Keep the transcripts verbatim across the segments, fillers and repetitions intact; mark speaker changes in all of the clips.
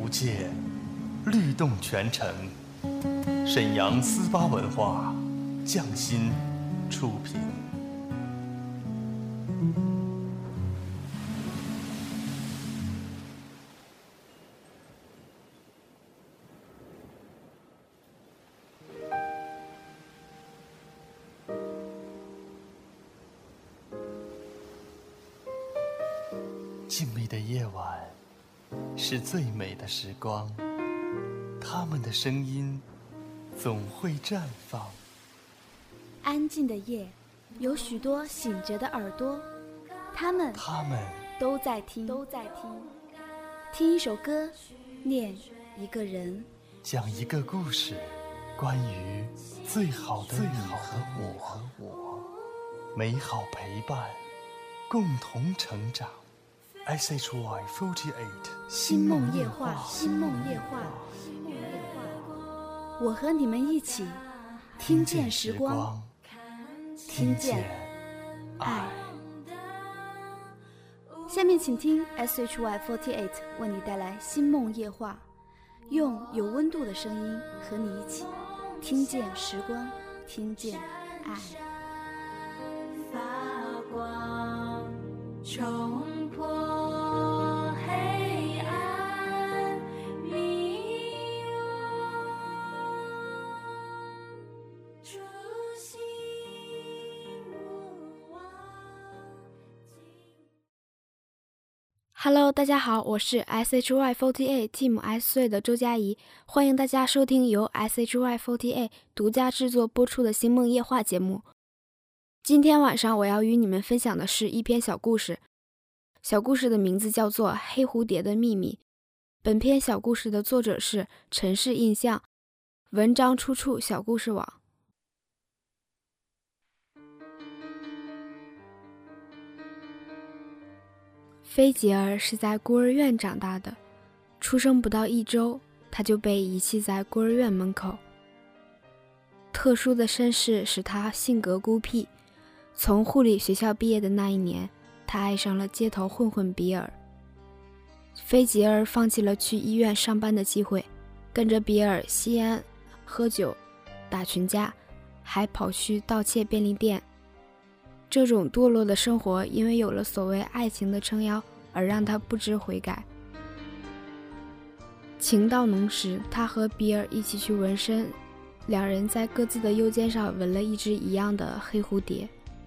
Speaker 1: 界，律动全城。沈阳思巴文化匠心出品。静谧的夜晚是最美的时光，他们的声音总会绽放。
Speaker 2: 安静的夜，有许多醒着的耳朵，他们
Speaker 1: 他们
Speaker 2: 都在听，都在听。听一首歌，念一个人，
Speaker 1: 讲一个故事，关于最好的你和我，美好陪伴，共同成长。S H Y forty-eight
Speaker 2: 星梦夜话，星梦夜话，我和你们一起听见时光，听见爱。下面请听 S H Y forty-eight 为你带来星梦夜话，用有温度的声音和你一起听见时光，听见爱。
Speaker 3: 发光冲破黑暗迷惘，初心勿忘。
Speaker 2: Hello， 大家好，我是 S H Y forty-eight Team S 岁的周佳怡，欢迎大家收听由 S H Y forty-eight 独家制作播出的星梦夜话节目。今天晚上我要与你们分享的是一篇小故事，小故事的名字叫做《黑蝴蝶的秘密》。本篇小故事的作者是陈氏印象，文章出处小故事网。菲吉尔是在孤儿院长大的，出生不到一周，他就被遗弃在孤儿院门口。特殊的身世使他性格孤僻，从护理学校毕业的那一年，他爱上了街头混混比尔。菲吉尔放弃了去医院上班的机会，跟着比尔吸烟、喝酒、打群架，还跑去盗窃便利店。这种堕落的生活因为有了所谓爱情的撑腰，而让他不知悔改。情到浓时，他和比尔一起去纹身，两人在各自的右肩上纹了一只一样的黑蝴蝶。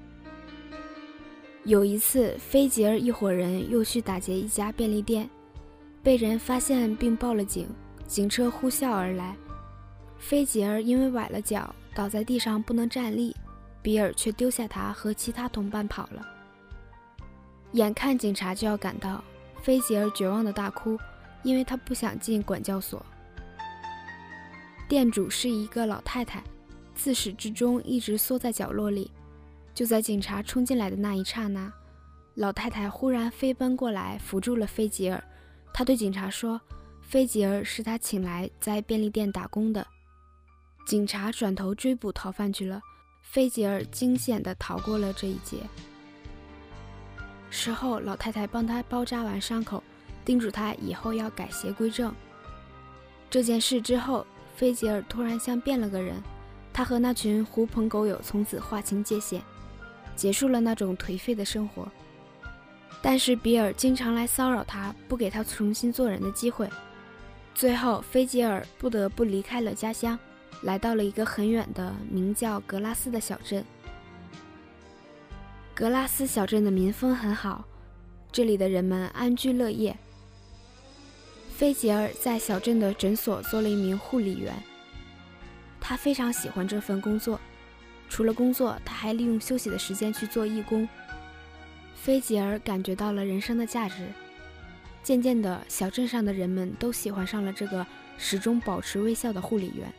Speaker 2: 有一次，菲吉尔一伙人又去打劫一家便利店，被人发现并报了警，警车呼啸而来。菲吉尔因为崴了脚，倒在地上不能站立，比尔却丢下他和其他同伴跑了。眼看警察就要赶到，菲吉尔绝望地大哭，因为他不想进管教所。店主是一个老太太，自始至终一直缩在角落里。就在警察冲进来的那一刹那，老太太忽然飞奔过来扶住了菲吉尔。她对警察说，菲吉尔是她请来在便利店打工的。警察转头追捕逃犯去了，菲吉尔惊险地逃过了这一劫。事后老太太帮他包扎完伤口，叮嘱他以后要改邪归正。这件事之后，菲吉尔突然像变了个人，他和那群狐朋狗友从此划清界限，结束了那种颓废的生活。但是比尔经常来骚扰他，不给他重新做人的机会。最后菲吉尔不得不离开了家乡，来到了一个很远的名叫格拉斯的小镇。格拉斯小镇的民风很好，这里的人们安居乐业。菲吉尔在小镇的诊所做了一名护理员，他非常喜欢这份工作，除了工作，他还利用休息的时间去做义工。菲吉尔感觉到了人生的价值，渐渐的，小镇上的人们都喜欢上了这个始终保持微笑的护理员。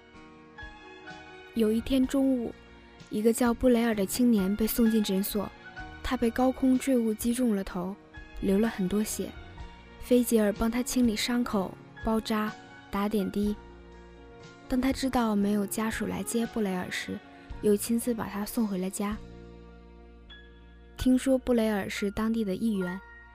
Speaker 2: 有一天中午，一个叫布雷尔的青年被送进诊所，他被高空坠物击中了头，流了很多血。菲吉尔帮他清理伤口，包扎，打点滴。当他知道没有家属来接布雷尔时，又亲自把他送回了家。听说布雷尔是当地的议员，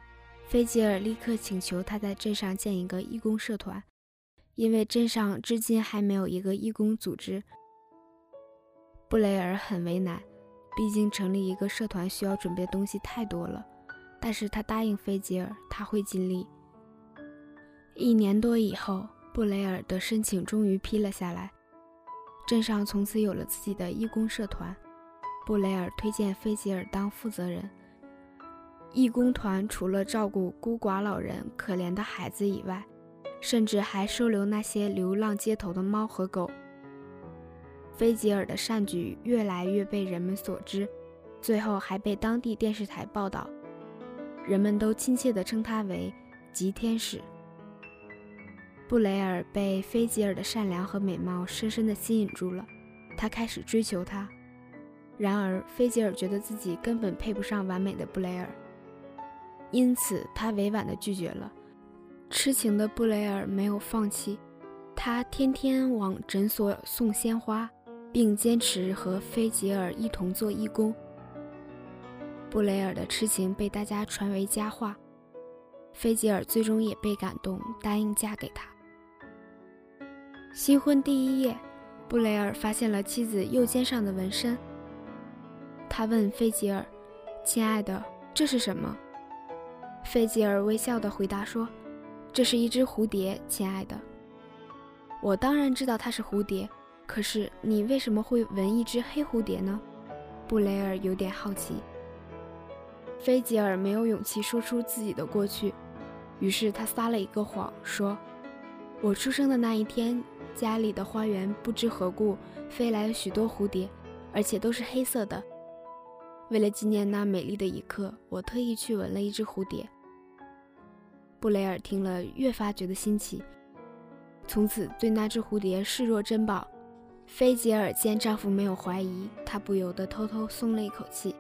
Speaker 2: 菲吉尔立刻请求他在镇上建一个义工社团，因为镇上至今还没有一个义工组织。布雷尔很为难，毕竟成立一个社团需要准备东西太多了，但是他答应菲吉尔，他会尽力。一年多以后，布雷尔的申请终于批了下来，镇上从此有了自己的义工社团。布雷尔推荐菲吉尔当负责人。义工团除了照顾孤寡老人、可怜的孩子以外，甚至还收留那些流浪街头的猫和狗。菲吉尔的善举越来越被人们所知，最后还被当地电视台报道，人们都亲切地称他为吉天使。布雷尔被菲吉尔的善良和美貌深深地吸引住了，他开始追求她。然而菲吉尔觉得自己根本配不上完美的布雷尔，因此他委婉地拒绝了。痴情的布雷尔没有放弃，他天天往诊所送鲜花，并坚持和菲吉尔一同做义工。布雷尔的痴情被大家传为佳话，菲吉尔最终也被感动，答应嫁给他。新婚第一夜，布雷尔发现了妻子右肩上的纹身。他问菲吉尔：“亲爱的，这是什么？”菲吉尔微笑地回答说：“这是一只蝴蝶，亲爱的。”我当然知道它是蝴蝶，可是你为什么会纹一只黑蝴蝶呢？布雷尔有点好奇。菲吉尔没有勇气说出自己的过去，于是他撒了一个谎，说：“我出生的那一天，家里的花园不知何故飞来了许多蝴蝶，而且都是黑色的。为了纪念那美丽的一刻，我特意去纹了一只蝴蝶。”布雷尔听了越发觉得新奇，从此对那只蝴蝶视若珍宝。菲吉尔见丈夫没有怀疑，她不由得偷偷松了一口气。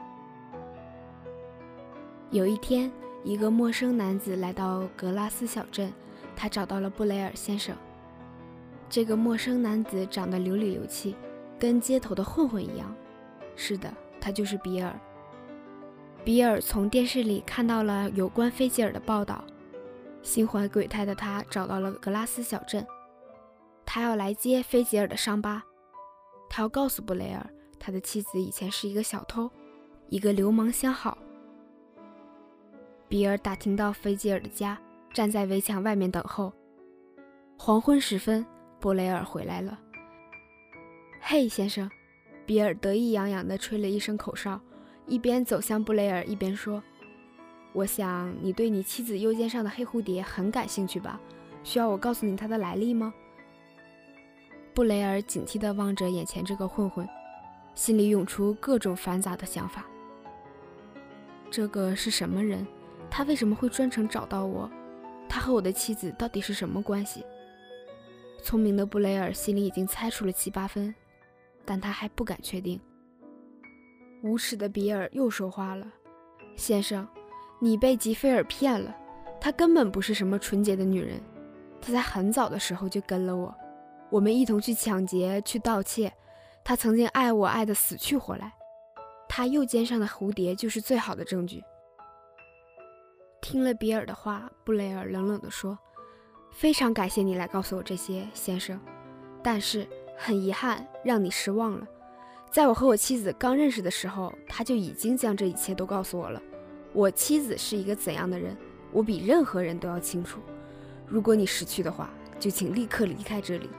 Speaker 2: 有一天，一个陌生男子来到格拉斯小镇，他找到了布雷尔先生。这个陌生男子长得流里流气，跟街头的混混一样。是的，他就是比尔。比尔从电视里看到了有关菲吉尔的报道，心怀鬼胎的他找到了格拉斯小镇，他要来接菲吉尔的伤疤。他要告诉布雷尔，他的妻子以前是一个小偷，一个流氓相好。比尔打听到菲吉尔的家，站在围墙外面等候。黄昏时分，布雷尔回来了。嘿，先生，比尔得意洋洋地吹了一声口哨，一边走向布雷尔，一边说：“我想你对你妻子右肩上的黑蝴蝶很感兴趣吧？需要我告诉你它的来历吗？”布雷尔警惕地望着眼前这个混混，心里涌出各种繁杂的想法。这个是什么人？他为什么会专程找到我？他和我的妻子到底是什么关系？聪明的布雷尔心里已经猜出了七八分，但他还不敢确定。无耻的比尔又说话了：“先生，你被吉菲尔骗了，她根本不是什么纯洁的女人，她在很早的时候就跟了我，我们一同去抢劫，去盗窃，她曾经爱我爱得死去活来，她右肩上的蝴蝶就是最好的证据。”听了比尔的话，布雷尔冷冷地说：“非常感谢你来告诉我这些，先生，但是很遗憾让你失望了。在我和我妻子刚认识的时候，他就已经将这一切都告诉我了。我妻子是一个怎样的人，我比任何人都要清楚。如果你识趣的话，就请立刻离开这里。”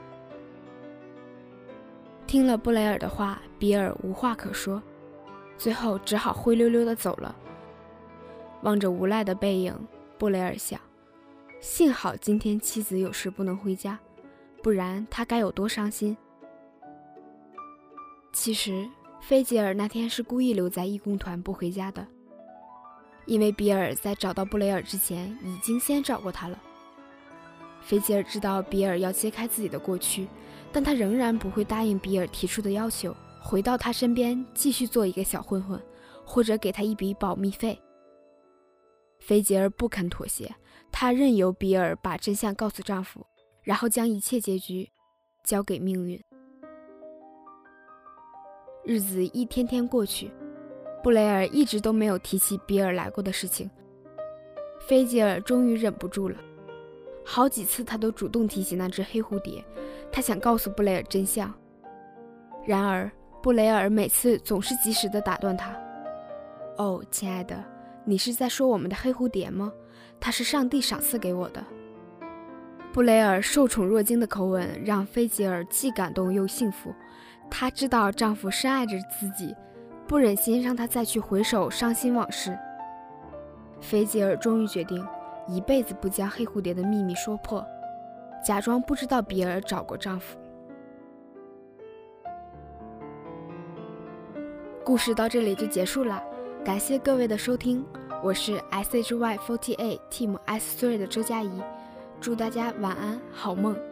Speaker 2: 听了布雷尔的话，比尔无话可说，最后只好灰溜溜地走了。望着无赖的背影，布雷尔想，幸好今天妻子有事不能回家，不然他该有多伤心。其实菲吉尔那天是故意留在义工团不回家的，因为比尔在找到布雷尔之前已经先找过他了。菲吉尔知道比尔要揭开自己的过去，但他仍然不会答应比尔提出的要求，回到他身边继续做一个小混混，或者给他一笔保密费。菲吉尔不肯妥协，她任由比尔把真相告诉丈夫，然后将一切结局交给命运。日子一天天过去，布雷尔一直都没有提起比尔来过的事情。 菲吉尔终于忍不住了，好几次他都主动提起那只黑蝴蝶，他想告诉布雷尔真相。然而布雷尔每次总是及时地打断他。哦，亲爱的，你是在说我们的黑蝴蝶吗？它是上帝赏赐给我的。布雷尔受宠若惊的口吻让菲吉尔既感动又幸福，她知道丈夫深爱着自己，不忍心让他再去回首伤心往事。菲吉尔终于决定一辈子不将黑蝴蝶的秘密说破，假装不知道比尔找过丈夫。故事到这里就结束了，感谢各位的收听，我是 S H Y 四十八 Team S 三的周佳怡，祝大家晚安好梦。